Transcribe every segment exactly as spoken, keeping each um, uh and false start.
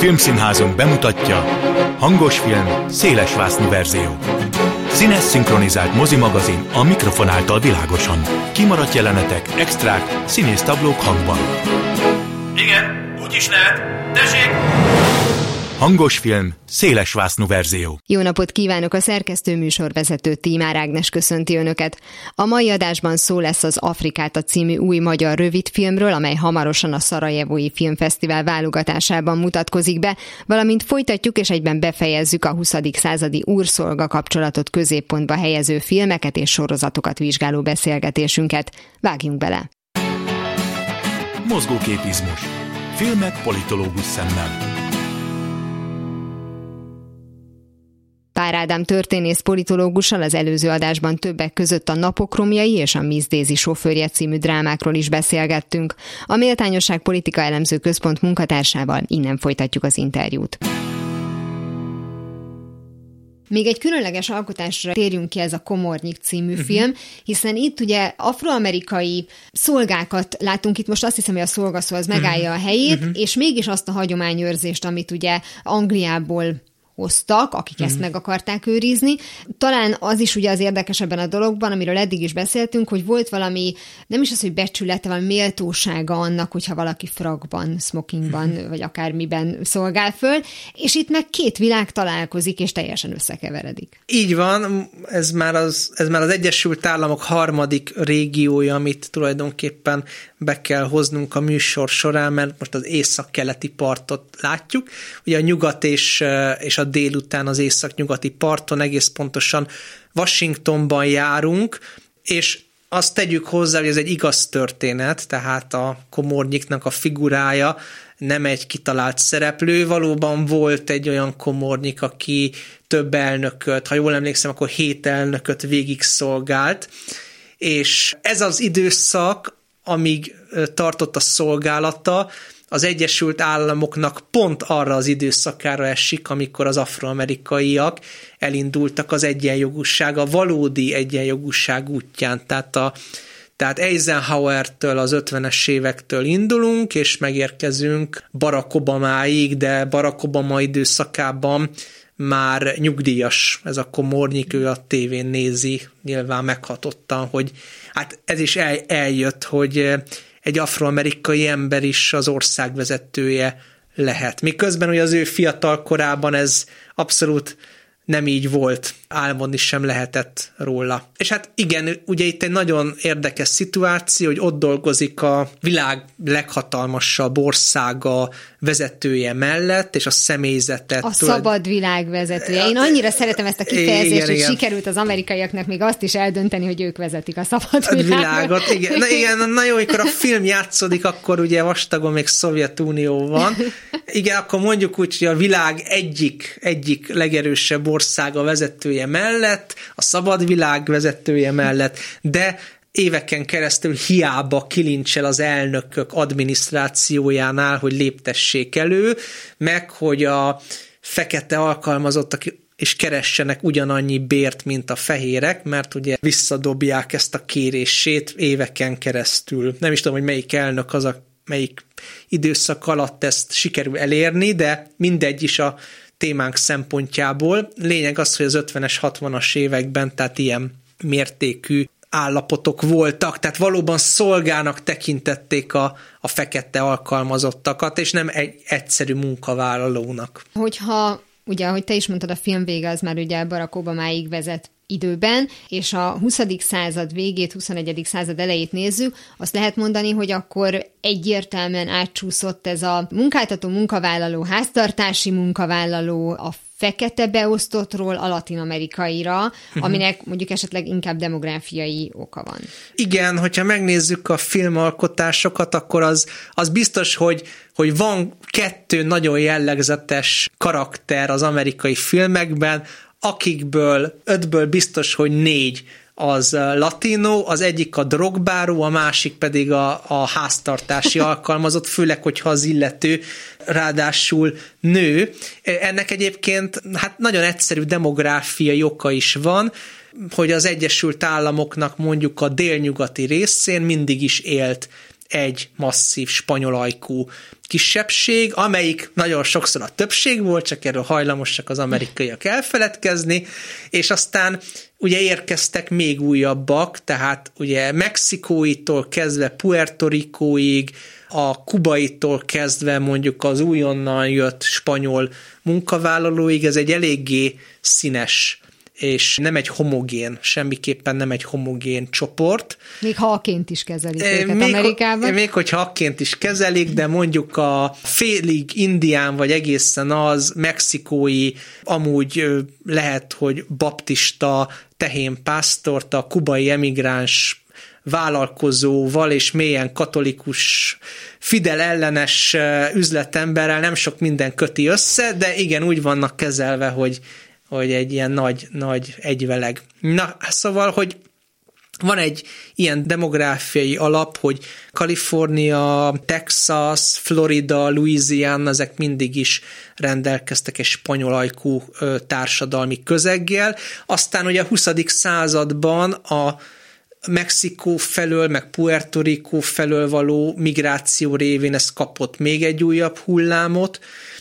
Filmszínházunk bemutatja hangos film, szélesvásznú verzió. Színes szinkronizált mozimagazin a mikrofon által világosan. Kimaradt jelenetek, extrák, színésztablók hangban. Igen, úgy is lehet. Tessék! Hangos film, szélesvásznú verzió. Jó napot kívánok, a szerkesztő műsorvezető Tímár Ágnes köszönti Önöket. A mai adásban szó lesz az Afrikáta című új magyar rövidfilmről, amely hamarosan a Szarajevói Filmfesztivál válogatásában mutatkozik be, valamint folytatjuk és egyben befejezzük a huszadik századi úrszolga kapcsolatot középpontba helyező filmeket és sorozatokat vizsgáló beszélgetésünket. Vágjunk bele! Mozgóképizmus. Filmek politológus szemmel. Pár Ádám történész politológussal az előző adásban többek között a Napok romjai és a Miss Daisy sofőrje című drámákról is beszélgettünk. A Méltányosság Politika Elemző Központ munkatársával innen folytatjuk az interjút. Még egy különleges alkotásra térjünk ki, ez a Komornyik című uh-huh. film, hiszen itt ugye afroamerikai szolgákat látunk, itt most azt hiszem, hogy a szolgaszó az megállja a helyét, uh-huh. és mégis azt a hagyományőrzést, amit ugye Angliából hoztak, akik mm. ezt meg akarták őrizni. Talán az is ugye az érdekes ebben a dologban, amiről eddig is beszéltünk, hogy volt valami, nem is az, hogy becsülete, valami méltósága annak, hogyha valaki frakban, smokingban, mm. vagy akármiben szolgál föl, és itt meg két világ találkozik, és teljesen összekeveredik. Így van, ez már az, ez már az Egyesült Államok harmadik régiója, amit tulajdonképpen be kell hoznunk a műsor során, mert most az észak-keleti partot látjuk. Ugye a nyugat és, és a délután az észak-nyugati parton, egész pontosan Washingtonban járunk, és azt tegyük hozzá, hogy ez egy igaz történet, tehát a Komornyiknak a figurája nem egy kitalált szereplő, valóban volt egy olyan Komornyik, aki több elnököt, ha jól emlékszem, akkor hét elnököt végig szolgált, és ez az időszak, amíg tartott a szolgálata, az Egyesült Államoknak pont arra az időszakára esik, amikor az afroamerikaiak elindultak az egyenjogúság, a valódi egyenjogúság útján. Tehát, a, tehát Eisenhowertől, az ötvenes évektől indulunk, és megérkezünk Barack Obamáig, de Barack Obama időszakában már nyugdíjas ez a Komornyik, ő a tévén nézi, nyilván meghatottan, hogy hát ez is el, eljött, hogy egy afroamerikai ember is az ország vezetője lehet. Miközben ugye az ő fiatal korában ez abszolút nem így volt, álmodni sem lehetett róla. És hát igen, ugye itt egy nagyon érdekes szituáció, hogy ott dolgozik a világ leghatalmasabb országa vezetője mellett, és a személyzetet. A tudod... szabad világ vezetője. Én annyira szeretem ezt a kifejezést, igen, hogy igen. sikerült az amerikaiaknak még azt is eldönteni, hogy ők vezetik a szabad világot. világot. Igen. Na, igen, na jó, amikor a film játszódik, akkor ugye vastagon még Szovjetunió van. Igen, akkor mondjuk úgy, hogy a világ egyik, egyik legerősebb országa vezetője mellett, a szabad világ vezetője mellett, de éveken keresztül hiába kilincsel az elnökök adminisztrációjánál, hogy léptessék elő, meg hogy a fekete alkalmazottak és keressenek ugyanannyi bért, mint a fehérek, mert ugye visszadobják ezt a kérését éveken keresztül. Nem is tudom, hogy melyik elnök az, a, melyik időszak alatt ezt sikerül elérni, de mindegy is a témánk szempontjából. Lényeg az, hogy az ötvenes, hatvanas években, tehát ilyen mértékű állapotok voltak, tehát valóban szolgának tekintették a, a fekete alkalmazottakat, és nem egy egyszerű munkavállalónak. Hogyha, ugye, ahogy te is mondtad, a film vége az már ugye Barack Obamáig vezet időben, és a huszadik század végét, huszonegyedik század elejét nézzük, azt lehet mondani, hogy akkor egyértelműen átcsúszott ez a munkáltató, munkavállaló, háztartási munkavállaló, a fekete beosztottról a latin-amerikaira, uh-huh. aminek mondjuk esetleg inkább demográfiai oka van. Igen, hogyha megnézzük a filmalkotásokat, akkor az, az biztos, hogy, hogy van kettő nagyon jellegzetes karakter az amerikai filmekben, akikből ötből biztos, hogy négy az latino, az egyik a drogbáró, a másik pedig a, a háztartási alkalmazott, főleg, hogyha az illető ráadásul nő. Ennek egyébként hát nagyon egyszerű demográfiai oka is van, hogy az Egyesült Államoknak mondjuk a délnyugati részén mindig is élt egy masszív spanyol ajkú kisebbség, amelyik nagyon sokszor a többség volt, csak erről hajlamosak az amerikaiak elfeledkezni, és aztán ugye érkeztek még újabbak, tehát ugye Mexikóitól kezdve Puerto Ricóig, a kubaitól kezdve mondjuk az újonnan jött spanyol munkavállalóig, ez egy eléggé színes és nem egy homogén, semmiképpen nem egy homogén csoport. Még ha akként is kezelik e, őket még, Amerikában. Még hogyha akként is kezelik, de mondjuk a félig indián, vagy egészen az mexikói, amúgy lehet, hogy baptista tehénpásztort, a kubai emigráns vállalkozóval és mélyen katolikus, Fidel ellenes üzletemberrel nem sok minden köti össze, de igen, úgy vannak kezelve, hogy hogy egy ilyen nagy, nagy egyveleg. Na, szóval, hogy van egy ilyen demográfiai alap, hogy Kalifornia, Texas, Florida, Louisiana, ezek mindig is rendelkeztek egy spanyol ajkú társadalmi közeggel. Aztán ugye a huszadik században a Mexikó felől, meg Puerto Rico felől való migráció révén ez kapott még egy újabb hullámot,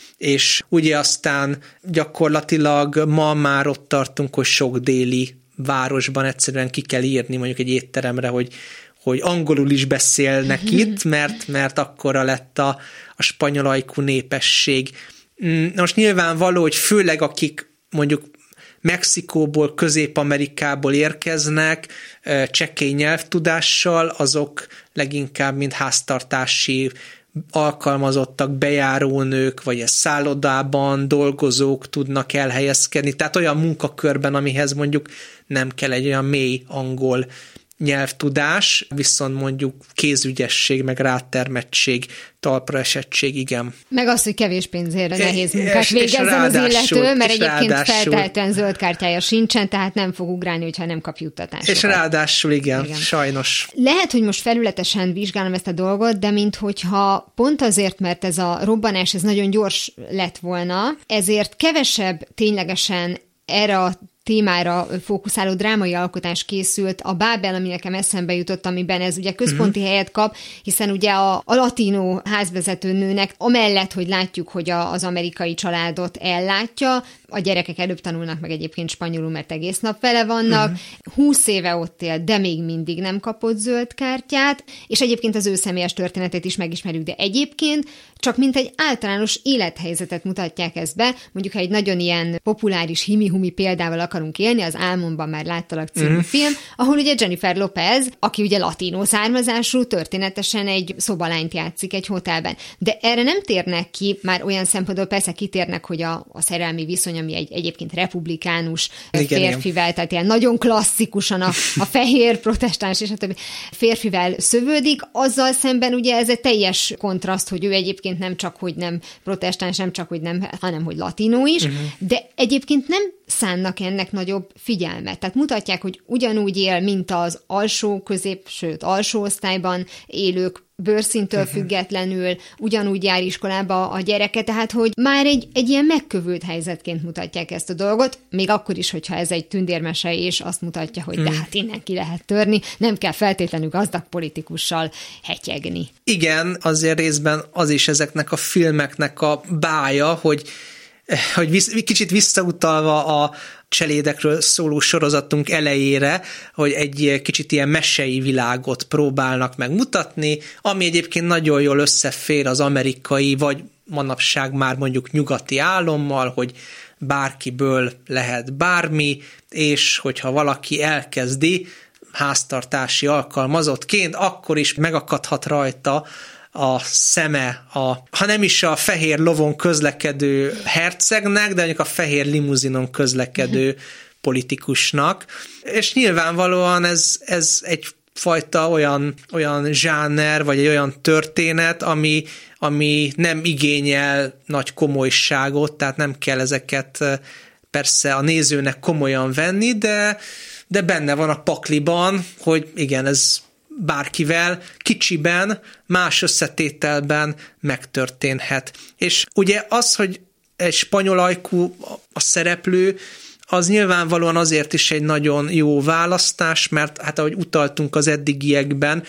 és ugye aztán gyakorlatilag ma már ott tartunk, hogy sok déli városban egyszerűen ki kell írni mondjuk egy étteremre, hogy, hogy angolul is beszélnek itt, mert, mert akkora lett a, a spanyol ajkú népesség. Most nyilvánvaló, hogy főleg akik mondjuk Mexikóból, Közép-Amerikából érkeznek csekély nyelvtudással, azok leginkább mint háztartási alkalmazottak, bejárónők, vagy ez szállodában dolgozók tudnak elhelyezkedni, tehát olyan munkakörben, amihez mondjuk nem kell egy olyan mély angol nyelvtudás, viszont mondjuk kézügyesség, meg rátermettség, talpraesettség, igen. Meg az, hogy kevés pénzért nehéz munkát és, végezzen és az illető, mert egyébként ráadásul, feltehetően zöld kártyája sincsen, tehát nem fog ugrálni, hogyha nem kap juttatásokat. És ráadásul igen, igen, sajnos. Lehet, hogy most felületesen vizsgálom ezt a dolgot, de minthogyha pont azért, mert ez a robbanás ez nagyon gyors lett volna, ezért kevesebb ténylegesen erre a témára fókuszáló drámai alkotás készült, a Bábel, ami nekem eszembe jutott, amiben ez ugye központi uh-huh. helyet kap, hiszen ugye a, a latinó házvezető nőnek, amellett, hogy látjuk, hogy a, az amerikai családot ellátja, a gyerekek előbb tanulnak meg egyébként spanyolul, mert egész nap vele vannak, uh-huh. húsz éve ott él, de még mindig nem kapott zöld kártyát, és egyébként az ő személyes történetét is megismerjük, de egyébként csak mint egy általános élethelyzetet mutatják ezt be, mondjuk ha egy nagyon ilyen populáris himi-humi példával akarunk élni, az Álmomban már láttalak című uh-huh. film, ahol ugye Jennifer Lopez, aki ugye latinó származású, történetesen egy szobalányt játszik egy hotelben. De erre nem térnek ki, már olyan szempontból persze kitérnek, hogy a, a szerelmi viszony, ami egy egyébként republikánus igen, férfivel, igen. tehát ilyen nagyon klasszikusan a, a fehér protestáns és a többi férfivel szövődik, azzal szemben ugye ez egy teljes kontraszt, hogy ő egyébként nem csak, hogy nem protestáns, nem csak, hogy nem, hanem, hogy latinó is, uh-huh. de egyébként nem szánnak ennek nagyobb figyelmet. Tehát mutatják, hogy ugyanúgy él, mint az alsó, közép, sőt alsó osztályban élők, bőrszintől uh-huh. függetlenül, ugyanúgy jár iskolába a gyereke, tehát hogy már egy, egy ilyen megkövült helyzetként mutatják ezt a dolgot, még akkor is, hogyha ez egy tündérmese, és azt mutatja, hogy uh-huh. de hát innen ki lehet törni, nem kell feltétlenül gazdag politikussal hetyegni. Igen, azért részben az is ezeknek a filmeknek a bája, hogy hogy visz, kicsit visszautalva a cselédekről szóló sorozatunk elejére, hogy egy kicsit ilyen mesei világot próbálnak megmutatni, ami egyébként nagyon jól összefér az amerikai, vagy manapság már mondjuk nyugati álommal, hogy bárkiből lehet bármi, és hogyha valaki elkezdi háztartási alkalmazottként, akkor is megakadhat rajta a szeme, a, ha nem is a fehér lovon közlekedő hercegnek, de mondjuk a fehér limuzinon közlekedő politikusnak. És nyilvánvalóan ez, ez egyfajta olyan, olyan zsáner, vagy egy olyan történet, ami, ami nem igényel nagy komolyságot, tehát nem kell ezeket persze a nézőnek komolyan venni, de, de benne van a pakliban, hogy igen, ez bárkivel, kicsiben, más összetételben megtörténhet. És ugye az, hogy egy spanyol ajkú a szereplő, az nyilvánvalóan azért is egy nagyon jó választás, mert hát ahogy utaltunk az eddigiekben,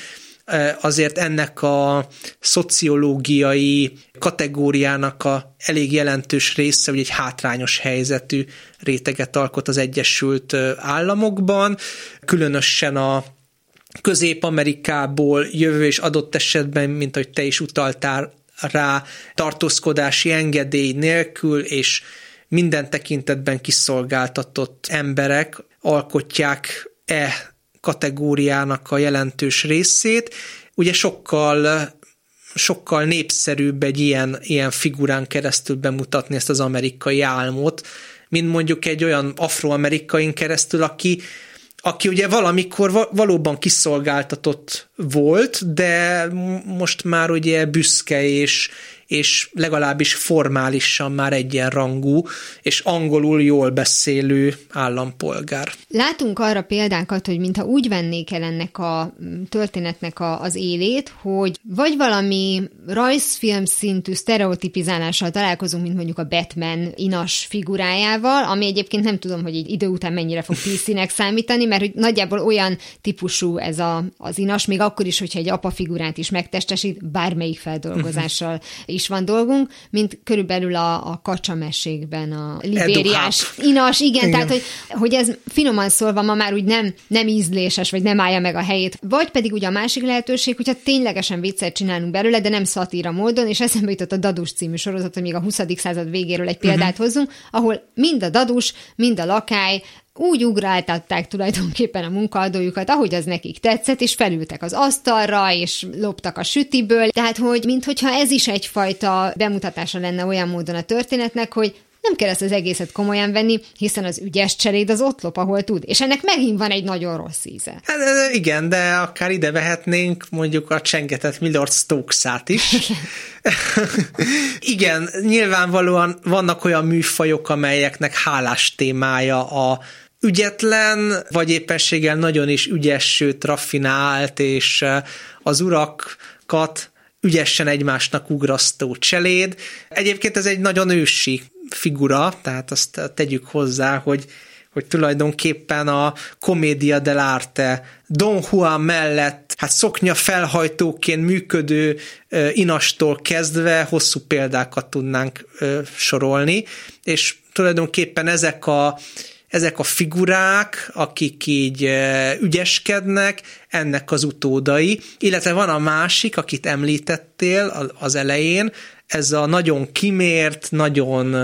azért ennek a szociológiai kategóriának a elég jelentős része, hogy egy hátrányos helyzetű réteget alkot az Egyesült Államokban, különösen a Közép-Amerikából jövő és adott esetben, mint ahogy te is utaltál rá, tartózkodási engedély nélkül és minden tekintetben kiszolgáltatott emberek alkotják e kategóriának a jelentős részét. Ugye sokkal, sokkal népszerűbb egy ilyen, ilyen figurán keresztül bemutatni ezt az amerikai álmot, mint mondjuk egy olyan afroamerikain keresztül, aki aki ugye valamikor valóban kiszolgáltatott volt, de most már ugye büszke és, és legalábbis formálisan már egyenrangú, és angolul jól beszélő állampolgár. Látunk arra példákat, hogy mintha úgy vennék el ennek a történetnek a, az élét, hogy vagy valami rajzfilm szintű sztereotipizálással találkozunk, mint mondjuk a Batman inas figurájával, ami egyébként nem tudom, hogy így idő után mennyire fog pé cének számítani, mert hogy nagyjából olyan típusú ez a, az inas, még akkor is, hogyha egy apa figurát is megtestesít, bármelyik feldolgozással is van dolgunk, mint körülbelül a, a kacsamesékben a libériás inas, igen, igen. Tehát, hogy, hogy ez finoman szólva ma már úgy nem, nem ízléses, vagy nem állja meg a helyét. Vagy pedig ugye a másik lehetőség, hogyha ténylegesen viccet csinálunk belőle, de nem szatíra módon, és eszembe jutott a Dadus című sorozat, hogy még a huszadik század végéről egy példát uh-huh. hozzunk, ahol mind a Dadus, mind a lakály úgy ugráltatták tulajdonképpen a munkaadójukat, ahogy az nekik tetszett, és felültek az asztalra, és loptak a sütiből. Tehát, hogy minthogyha ez is egyfajta bemutatása lenne olyan módon a történetnek, hogy nem kell ezt az egészet komolyan venni, hiszen az ügyes cseléd az ott lop, ahol tud. És ennek megint van egy nagyon rossz íze. Hát, igen, de akár ide vehetnénk mondjuk a csengetett Millard Stokes-át is. Igen, nyilvánvalóan vannak olyan műfajok, amelyeknek hálás témája a ügyetlen, vagy éppenséggel nagyon is ügyes, sőt raffinált, és az urakat ügyesen egymásnak ugrasztó cseléd. Egyébként ez egy nagyon ősi figura, tehát azt tegyük hozzá, hogy, hogy tulajdonképpen a Commedia dell'arte Don Juan mellett hát szoknya felhajtóként működő inastól kezdve hosszú példákat tudnánk sorolni, és tulajdonképpen ezek a Ezek a figurák, akik így ügyeskednek, ennek az utódai, illetve van a másik, akit említettél az elején, ez a nagyon kimért, nagyon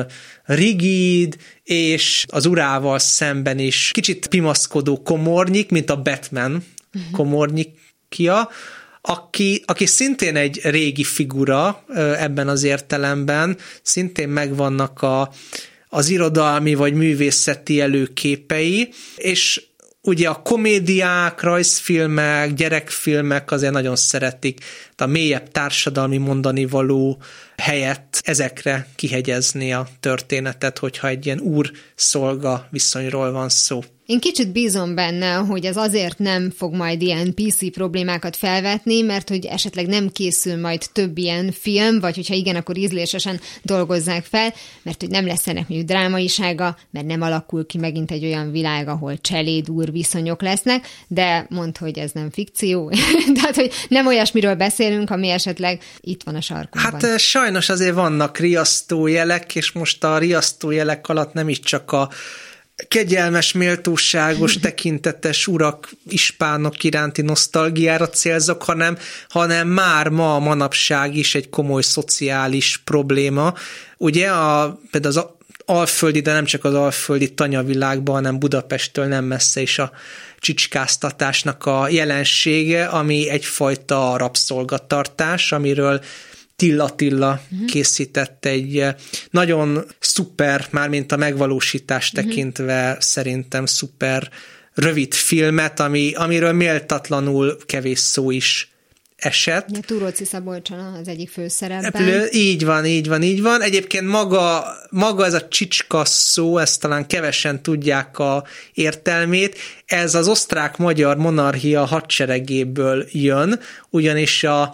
rigid, és az urával szemben is kicsit pimaszkodó komornyik, mint a Batman uh-huh. komornyikja, aki, aki szintén egy régi figura ebben az értelemben, szintén megvannak a az irodalmi vagy művészeti előképei, és ugye a komédiák, rajzfilmek, gyerekfilmek azért nagyon szeretik a mélyebb társadalmi mondani való helyett ezekre kihegyezni a történetet, hogyha egy ilyen úr-szolga viszonyról van szó. Én kicsit bízom benne, hogy ez azért nem fog majd ilyen pé cé problémákat felvetni, mert hogy esetleg nem készül majd több ilyen film, vagy hogyha igen, akkor ízlésesen dolgozzák fel, mert hogy nem lesz ennek mondjuk drámaisága, mert nem alakul ki megint egy olyan világ, ahol cseléd-úr viszonyok lesznek, de mondd, hogy ez nem fikció. Tehát, hogy nem olyasmiről beszélünk, ami esetleg itt van a sarkunkban. Hát sajnos azért vannak riasztójelek, és most a riasztójelek alatt nem is csak a kegyelmes, méltóságos, tekintetes urak, ispánok iránti nosztalgiára célzok, hanem, hanem már ma, manapság is egy komoly szociális probléma. Ugye a, például az alföldi, de nem csak az alföldi tanyavilágban, hanem Budapesttől nem messze is a csicskáztatásnak a jelensége, ami egyfajta rabszolgatartás, amiről Till Attila uh-huh. készített egy nagyon szuper, mármint a megvalósítást uh-huh. tekintve szerintem szuper rövid filmet, ami, amiről méltatlanul kevés szó is esett. Ja, Túróczi Szabolcsana az egyik főszerepben. Így van, így van, így van. Egyébként maga, maga ez a csicska szó, ezt talán kevesen tudják a értelmét, ez az osztrák-magyar monarchia hadseregéből jön, ugyanis a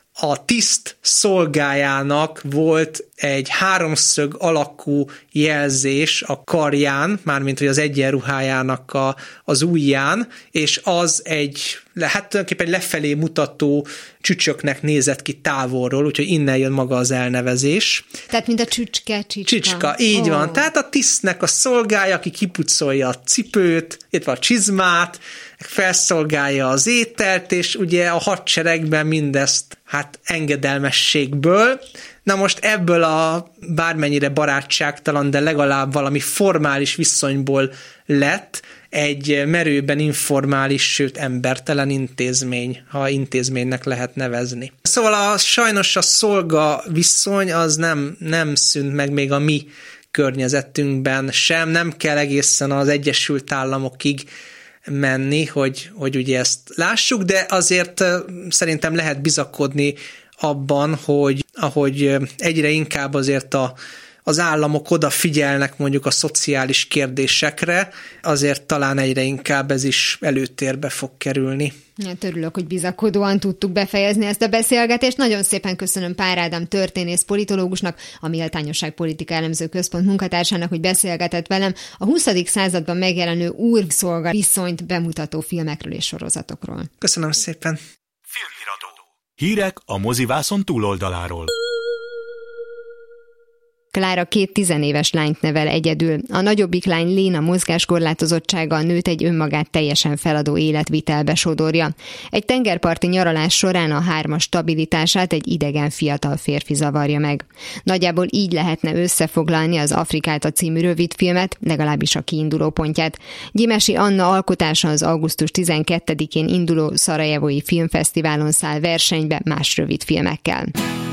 A tiszt szolgájának volt egy háromszög alakú jelzés a karján, mármint hogy az egyenruhájának a, az ujján, és az egy hát tulajdonképpen lefelé mutató csücsöknek nézett ki távolról, úgyhogy innen jön maga az elnevezés. Tehát, mint a csücske, csicska. Csicska, így oh. van. Tehát a tisztnek a szolgája, aki kipucolja a cipőt, illetve a csizmát, felszolgálja az ételt, és ugye a hadseregben mindezt hát engedelmességből. Na most ebből a bármennyire barátságtalan, de legalább valami formális viszonyból lett egy merőben informális, sőt embertelen intézmény, ha intézménynek lehet nevezni. Szóval a, sajnos a szolga viszony az nem, nem szűnt meg még a mi környezetünkben sem, nem kell egészen az Egyesült Államokig menni, hogy, hogy ugye ezt lássuk, de azért szerintem lehet bizakodni abban, hogy ahogy egyre inkább azért a, az államok odafigyelnek mondjuk a szociális kérdésekre, azért talán egyre inkább ez is előtérbe fog kerülni. Hát örülök, hogy bizakodóan tudtuk befejezni ezt a beszélgetést. Nagyon szépen köszönöm Pár Ádám történész politológusnak, a Méltányosság Politika Elemző Központ munkatársának, hogy beszélgetett velem a huszadik században megjelenő úr-szolga viszonyt bemutató filmekről és sorozatokról. Köszönöm szépen. Filmiradó. Hírek a mozivászon túloldaláról. Klára két tizenéves lányt nevel egyedül. A nagyobbik lány Léna mozgáskorlátozottsága a nőt egy önmagát teljesen feladó életvitelbe sodorja. Egy tengerparti nyaralás során a hármas stabilitását egy idegen fiatal férfi zavarja meg. Nagyjából így lehetne összefoglalni az Afrikáta című rövidfilmet, legalábbis a kiinduló pontját. Gyimesi Anna alkotása az augusztus tizenkettedikén induló Szarajevói Filmfesztiválon száll versenybe más rövidfilmekkel.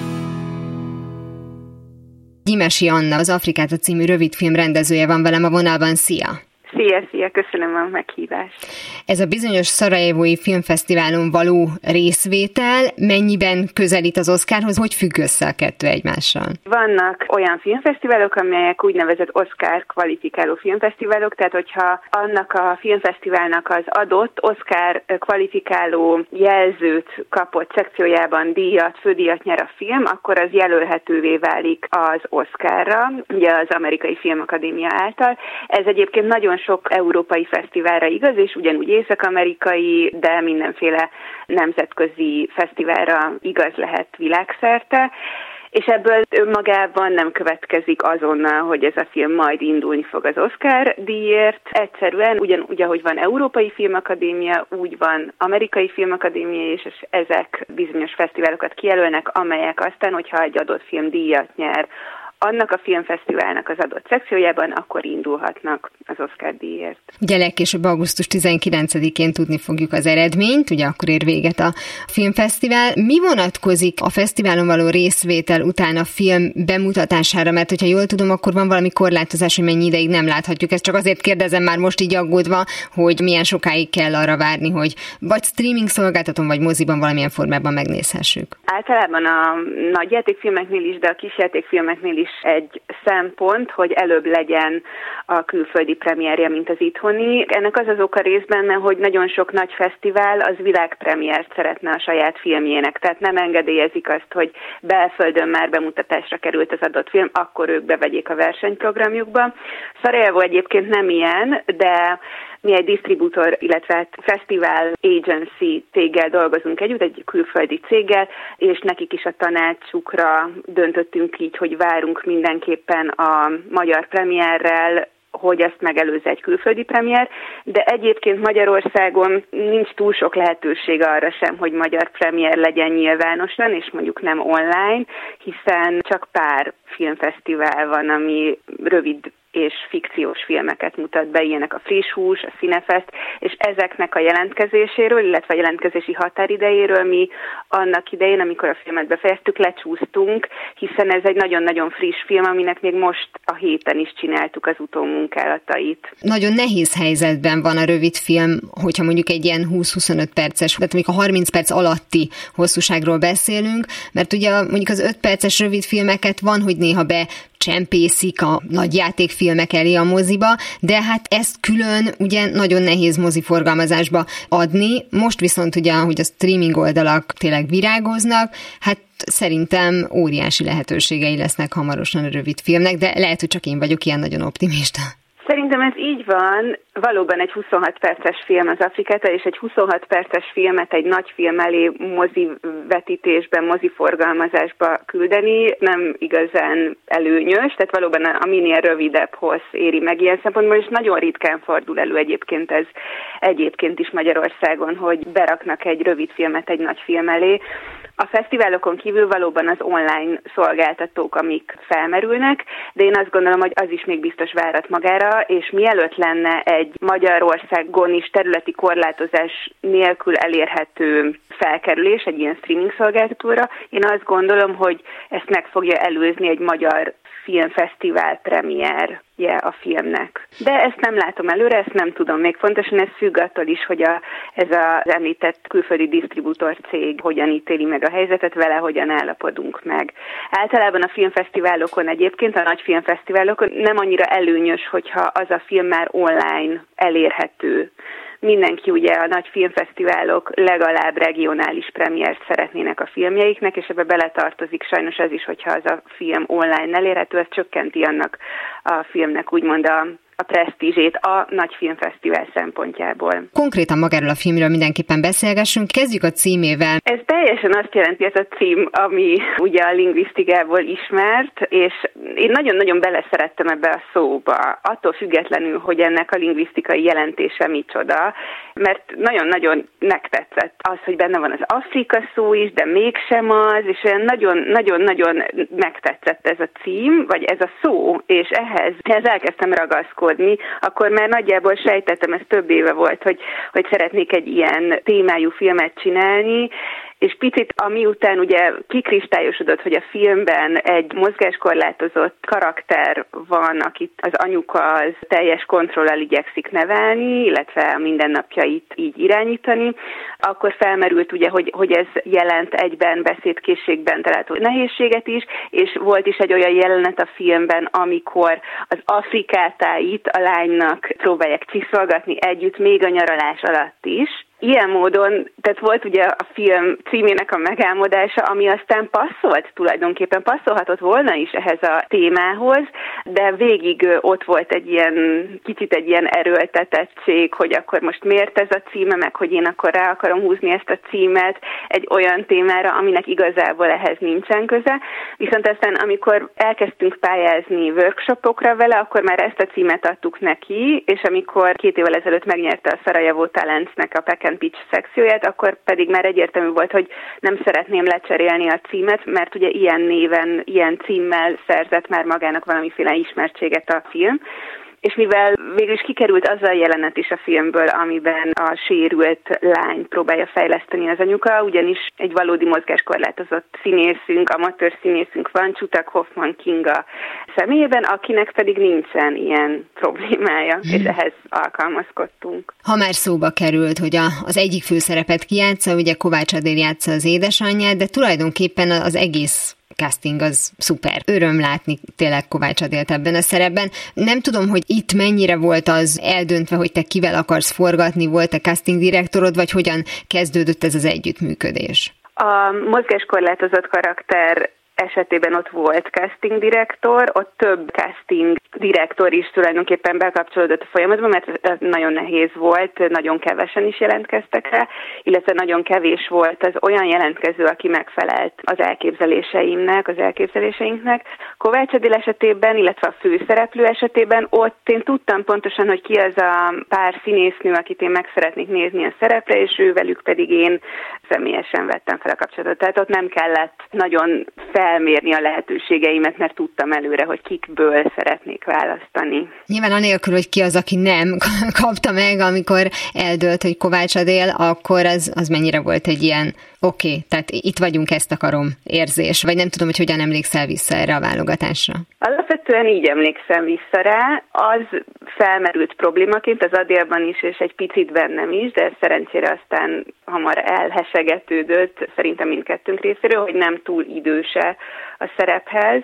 Gyimesi Anna, az Afrikáta című rövidfilm rendezője van velem a vonalban. Szia! Szia, szia, köszönöm a meghívást. Ez a bizonyos Szarajevói Filmfesztiválon való részvétel mennyiben közelít az Oscarhoz? Hogy függ össze a kettő egymással? Vannak olyan filmfesztiválok, amelyek úgynevezett Oscar kvalifikáló filmfesztiválok, tehát hogyha annak a filmfesztiválnak az adott Oscar kvalifikáló jelzőt kapott szekciójában díjat, fődíjat nyer a film, akkor az jelölhetővé válik az Oscarra, ugye az Amerikai Filmakadémia által. Ez egyébként nagyon sok európai fesztiválra igaz, és ugyanúgy észak-amerikai, de mindenféle nemzetközi fesztiválra igaz lehet világszerte. És ebből önmagában nem következik azonnal, hogy ez a film majd indulni fog az Oscar díjért. Egyszerűen ugyanúgy, ahogy van Európai Filmakadémia, úgy van Amerikai Filmakadémia, és ezek bizonyos fesztiválokat kijelölnek, amelyek aztán, hogyha egy adott film díjat nyer, annak a filmfesztiválnak az adott szekciójában, akkor indulhatnak az Oscar díjért. Ugye legkésőbb augusztus tizenkilencedikén tudni fogjuk az eredményt, ugye akkor ér véget a filmfesztivál. Mi vonatkozik a fesztiválon való részvétel után a film bemutatására? Mert hogyha jól tudom, akkor van valami korlátozás, hogy mennyi ideig nem láthatjuk. Ezt csak azért kérdezem már most így aggódva, hogy milyen sokáig kell arra várni, hogy vagy streaming szolgáltatón, vagy moziban valamilyen formában megnézhessük. Általában a nagy játékfilmeknél is, de a kis játékfilmeknél is egy szempont, hogy előbb legyen a külföldi premierje, mint az itthoni. Ennek az az oka részben, hogy nagyon sok nagy fesztivál az világpremiért szeretne a saját filmjének, tehát nem engedélyezik azt, hogy belföldön már bemutatásra került az adott film, akkor ők bevegyék a versenyprogramjukba. Szarajevó egyébként nem ilyen, de mi egy disztribútor, illetve fesztivál agency céggel dolgozunk együtt, egy külföldi céggel, és nekik is a tanácsukra döntöttünk így, hogy várunk mindenképpen a magyar premierrel, hogy ezt megelőzze egy külföldi premier, de egyébként Magyarországon nincs túl sok lehetőség arra sem, hogy magyar premier legyen nyilvánosan, és mondjuk nem online, hiszen csak pár filmfesztivál van, ami rövid és fikciós filmeket mutat be, ilyenek a Friss Hús, a Cinefest, és ezeknek a jelentkezéséről, illetve a jelentkezési határidejéről mi annak idején, amikor a filmet befejeztük, lecsúsztunk, hiszen ez egy nagyon-nagyon friss film, aminek még most a héten is csináltuk az utómunkálatait. Nagyon nehéz helyzetben van a rövid film, hogyha mondjuk egy ilyen húsz-huszonöt perces, tehát mondjuk a harminc perc alatti hosszúságról beszélünk, mert ugye mondjuk az öt perces rövid filmeket van, hogy néha be csempészik a nagy játékfilmek elé a moziba, de hát ezt külön ugye nagyon nehéz moziforgalmazásba adni. Most viszont ugye, hogy a streaming oldalak tényleg virágoznak, hát szerintem óriási lehetőségei lesznek hamarosan a rövid filmnek, de lehet, hogy csak én vagyok ilyen nagyon optimista. Szerintem ez így van. Valóban egy huszonhat perces film az Afrikáta, és egy huszonhat perces filmet egy nagy film elé mozi vetítésben, mozi forgalmazásba küldeni nem igazán előnyös, tehát valóban a minél rövidebb hossz éri meg ilyen szempontból, és nagyon ritkán fordul elő egyébként ez egyébként is Magyarországon, hogy beraknak egy rövid filmet egy nagy film elé. A fesztiválokon kívül valóban az online szolgáltatók, amik felmerülnek, de én azt gondolom, hogy az is még biztos várat magára, és mielőtt lenne egy Magyarországon is területi korlátozás nélkül elérhető felkerülés egy ilyen streaming szolgáltatóra, én azt gondolom, hogy ezt meg fogja előzni egy magyar filmfesztivál premierje a filmnek. De ezt nem látom előre, ezt nem tudom még pontosan, ez függ attól is, hogy a, ez az említett külföldi disztribútor cég hogyan ítéli meg a helyzetet, vele hogyan állapodunk meg. Általában a filmfesztiválokon egyébként, a nagy filmfesztiválokon nem annyira előnyös, hogyha az a film már online elérhető. Mindenki ugye a nagy filmfesztiválok legalább regionális premiért szeretnének a filmjeiknek, és ebbe beletartozik sajnos az is, hogyha az a film online elérhető, ez csökkenti annak a filmnek úgymond a a presztízsét a nagy filmfesztivál szempontjából. Konkrétan magáról a filmről mindenképpen beszélgessünk. Kezdjük a címével. Ez teljesen azt jelenti, ez a cím, ami ugye a lingvisztikából ismert, és én nagyon-nagyon beleszerettem ebbe a szóba, attól függetlenül, hogy ennek a lingvisztikai jelentése micsoda, mert nagyon-nagyon megtetszett az, hogy benne van az Afrika szó is, de mégsem az, és olyan nagyon-nagyon-nagyon megtetszett ez a cím, vagy ez a szó, és ehhez, ehhez elkezdtem ragaszkodni. Akkor már nagyjából sejtettem, ez több éve volt, hogy, hogy szeretnék egy ilyen témájú filmet csinálni, és picit amiután ugye kikristályosodott, hogy a filmben egy mozgáskorlátozott karakter van, akit az anyuka az teljes kontrollal igyekszik nevelni, illetve a mindennapjait így irányítani, akkor felmerült ugye, hogy, hogy ez jelent egyben beszédkészségben található nehézséget is, és volt is egy olyan jelenet a filmben, amikor az Afrikátáit a lánynak próbálják csiszolgatni együtt, még a nyaralás alatt is. Ilyen módon, tehát volt ugye a film címének a megálmodása, ami aztán passzolt tulajdonképpen, passzolhatott volna is ehhez a témához, de végig ott volt egy ilyen, kicsit egy ilyen erőltetettség, hogy akkor most miért ez a címe, meg hogy én akkor rá akarom húzni ezt a címet egy olyan témára, aminek igazából ehhez nincsen köze. Viszont aztán, amikor elkezdtünk pályázni workshopokra vele, akkor már ezt a címet adtuk neki, és amikor két évvel ezelőtt megnyerte a Szarajevó Talentsnek a Pack and Pitch szekcióját, akkor pedig már egyértelmű volt, hogy nem szeretném lecserélni a címet, mert ugye ilyen néven, ilyen címmel szerzett már magának valamiféle ismertséget a film. És mivel végül is kikerült az a jelenet is a filmből, amiben a sérült lány próbálja fejleszteni az anyuka, ugyanis egy valódi mozgáskorlátozott színészünk, amatőr színészünk van, Csutak Hoffman Kinga személyében, akinek pedig nincsen ilyen problémája, és ehhez alkalmazkodtunk. Ha már szóba került, hogy a, az egyik főszerepet kijátsza, ugye Kovács Adél játsza az édesanyját, de tulajdonképpen az egész casting az szuper. Öröm látni tényleg Kovács Adélt ebben a szerepben. Nem tudom, hogy itt mennyire volt az eldöntve, hogy te kivel akarsz forgatni, volt-e casting direktorod, vagy hogyan kezdődött ez az együttműködés? A mozgáskorlátozott karakter esetében ott volt casting direktor, ott több casting direktor is tulajdonképpen bekapcsolódott a folyamatba, mert nagyon nehéz volt, nagyon kevesen is jelentkeztek rá, illetve nagyon kevés volt az olyan jelentkező, aki megfelelt az elképzeléseimnek, az elképzeléseinknek. Kovács Adél esetében, illetve a főszereplő esetében ott én tudtam pontosan, hogy ki az a pár színésznő, akit én meg szeretnék nézni a szerepre, és ővelük pedig én személyesen vettem fel a kapcsolatot. Tehát ott nem kellett nagyon fel elmérni a lehetőségeimet, mert tudtam előre, hogy kikből szeretnék választani. Nyilván anélkül, hogy ki az, aki nem kapta meg, amikor eldőlt, hogy Kovács Adél, akkor az, az mennyire volt egy ilyen oké, okay, tehát itt vagyunk, ezt akarom érzés, vagy nem tudom, hogy hogyan emlékszel vissza erre a válogatásra. Alapvetően így emlékszem vissza rá. Az felmerült problémaként az Adélban is, és egy picit bennem is, de szerencsére aztán hamar elhesegetődött, szerintem mindkettőnk részéről, hogy nem túl időse a szerephez.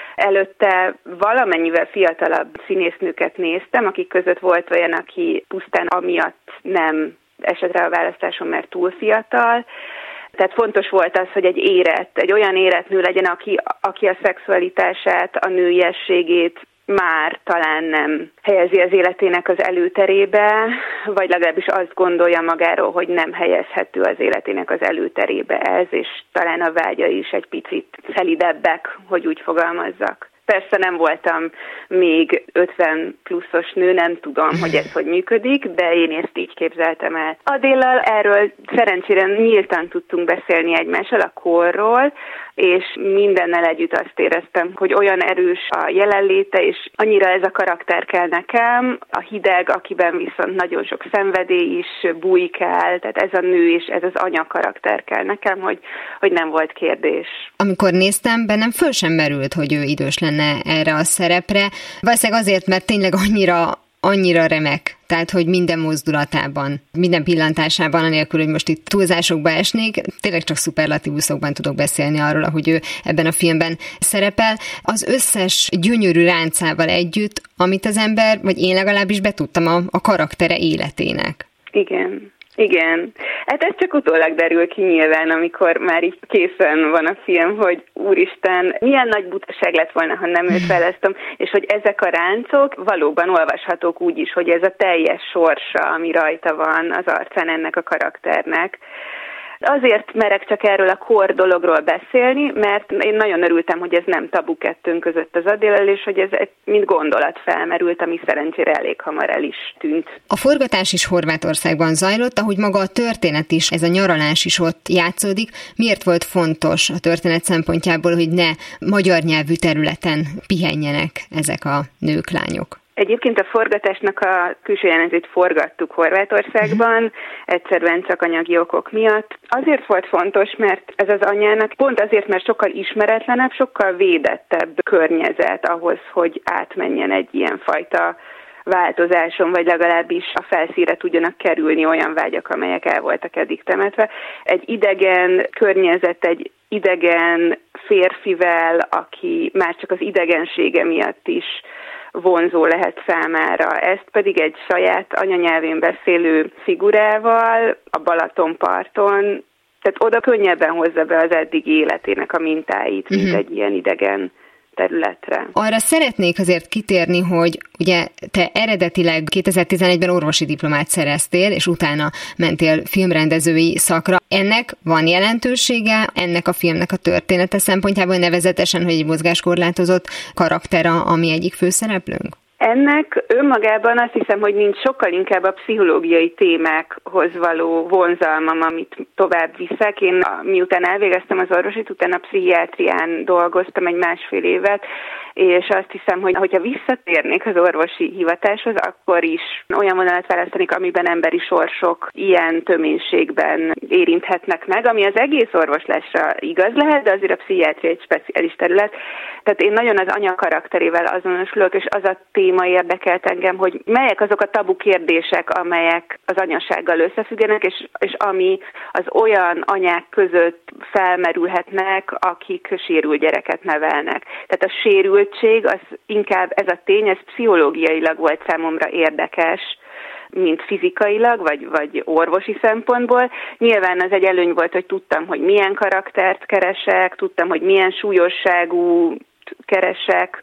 Előtte valamennyivel fiatalabb színésznőket néztem, akik között volt olyan, aki pusztán amiatt nem esett rá a választáson, mert túl fiatal. Tehát fontos volt az, hogy egy érett, egy olyan érett nő legyen, aki, aki a szexualitását, a nőiességét már talán nem helyezi az életének az előterébe, vagy legalábbis azt gondolja magáról, hogy nem helyezhető az életének az előterébe ez, és talán a vágya is egy picit szelidebbek, hogy úgy fogalmazzak. Persze nem voltam még ötven pluszos nő, nem tudom, hogy ez hogy működik, de én ezt így képzeltem el. Adéllal erről szerencsére nyíltan tudtunk beszélni egymással a korról, és mindennel együtt azt éreztem, hogy olyan erős a jelenléte, és annyira ez a karakter kell nekem, a hideg, akiben viszont nagyon sok szenvedély is bujkál, tehát ez a nő és ez az anya karakter kell nekem, hogy, hogy nem volt kérdés. Amikor néztem, bennem föl sem merült, hogy ő idős lenne erre a szerepre. Valószínűleg azért, mert tényleg annyira annyira remek, tehát, hogy minden mozdulatában, minden pillantásában, anélkül, hogy most itt túlzásokba esnék, tényleg csak szuperlatívuszokban tudok beszélni arról, ahogy ő ebben a filmben szerepel. Az összes gyönyörű ráncával együtt, amit az ember, vagy én legalábbis betudtam a, a karaktere életének. Igen. Igen. Hát ez csak utólag derül ki nyilván, amikor már így készen van a film, hogy úristen, milyen nagy butaság lett volna, ha nem őt választom, és hogy ezek a ráncok valóban olvashatók úgy is, hogy ez a teljes sorsa, ami rajta van az arcán ennek a karakternek. Azért merek csak erről a kor dologról beszélni, mert én nagyon örültem, hogy ez nem tabu kettőnk között az Adéllal, és hogy ez mint gondolat felmerült, ami szerencsére elég hamar el is tűnt. A forgatás is Horvátországban zajlott, ahogy maga a történet is, ez a nyaralás is ott játszódik. Miért volt fontos a történet szempontjából, hogy ne magyar nyelvű területen pihenjenek ezek a nők, lányok? Egyébként a forgatásnak a külső jelenzét forgattuk Horvátországban, egyszerűen csak anyagi okok miatt. Azért volt fontos, mert ez az anyának pont azért, mert sokkal ismeretlenebb, sokkal védettebb környezet ahhoz, hogy átmenjen egy ilyen fajta változáson, vagy legalábbis a felszínre tudjanak kerülni olyan vágyak, amelyek el voltak eddig temetve. Egy idegen környezet, egy idegen férfivel, aki már csak az idegensége miatt is vonzó lehet számára. Ezt pedig egy saját anyanyelvén beszélő figurával a Balatonparton, tehát oda könnyebben hozza be az eddigi életének a mintáit, mint uh-huh. egy ilyen idegen területre. Arra szeretnék azért kitérni, hogy ugye te eredetileg kétezer-tizenegyben orvosi diplomát szereztél, és utána mentél filmrendezői szakra. Ennek van jelentősége, ennek a filmnek a története szempontjából, nevezetesen, hogy egy mozgáskorlátozott karakter, ami egyik főszereplőnk? Ennek önmagában azt hiszem, hogy nincs, sokkal inkább a pszichológiai témákhoz való vonzalmam, amit tovább viszek. Én miután elvégeztem az orvosit, utána a pszichiátrián dolgoztam egy másfél évet, és azt hiszem, hogy hogyha visszatérnék az orvosi hivatáshoz, akkor is olyan vonalat választanék, amiben emberi sorsok ilyen töménységben érinthetnek meg, ami az egész orvoslásra igaz lehet, de azért a pszichiátria egy speciális terület. Tehát én nagyon az anya karakterével azonosulok, és az a téma érdekelt engem, hogy melyek azok a tabu kérdések, amelyek az anyasággal összefüggenek, és, és ami az olyan anyák között felmerülhetnek, akik sérült gyereket nevelnek. Tehát a sérültség, az inkább ez a tény, ez pszichológiailag volt számomra érdekes, mint fizikailag, vagy, vagy orvosi szempontból. Nyilván az egy előny volt, hogy tudtam, hogy milyen karaktert keresek, tudtam, hogy milyen súlyosságú keresek,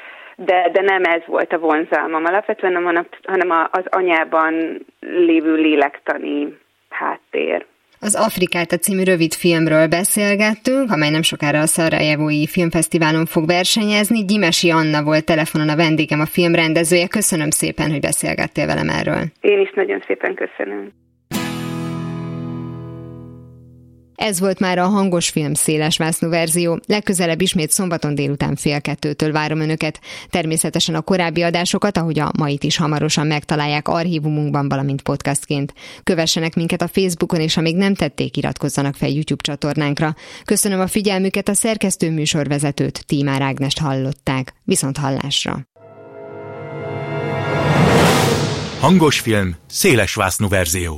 de, de nem ez volt a vonzalmam alapvetően, hanem az anyában lévő lélektani háttér. Az Afrikáta című rövid filmről beszélgettünk, amely nem sokára a Szarajevói Filmfesztiválon fog versenyezni. Gyimesi Anna volt telefonon a vendégem, a filmrendezője. Köszönöm szépen, hogy beszélgettél velem erről. Én is nagyon szépen köszönöm. Ez volt már a Hangos Film szélesvásznú verzió. Legközelebb ismét szombaton délután fél kettőtől várom önöket. Természetesen a korábbi adásokat, ahogy a mait is hamarosan megtalálják archívumunkban, valamint podcastként. Kövessenek minket a Facebookon, és ha még nem tették, iratkozzanak fel YouTube csatornánkra. Köszönöm a figyelmüket, a szerkesztő műsorvezetőt, Tímár Ágnest hallották. Viszont hallásra! Hangos Film szélesvásznú verzió.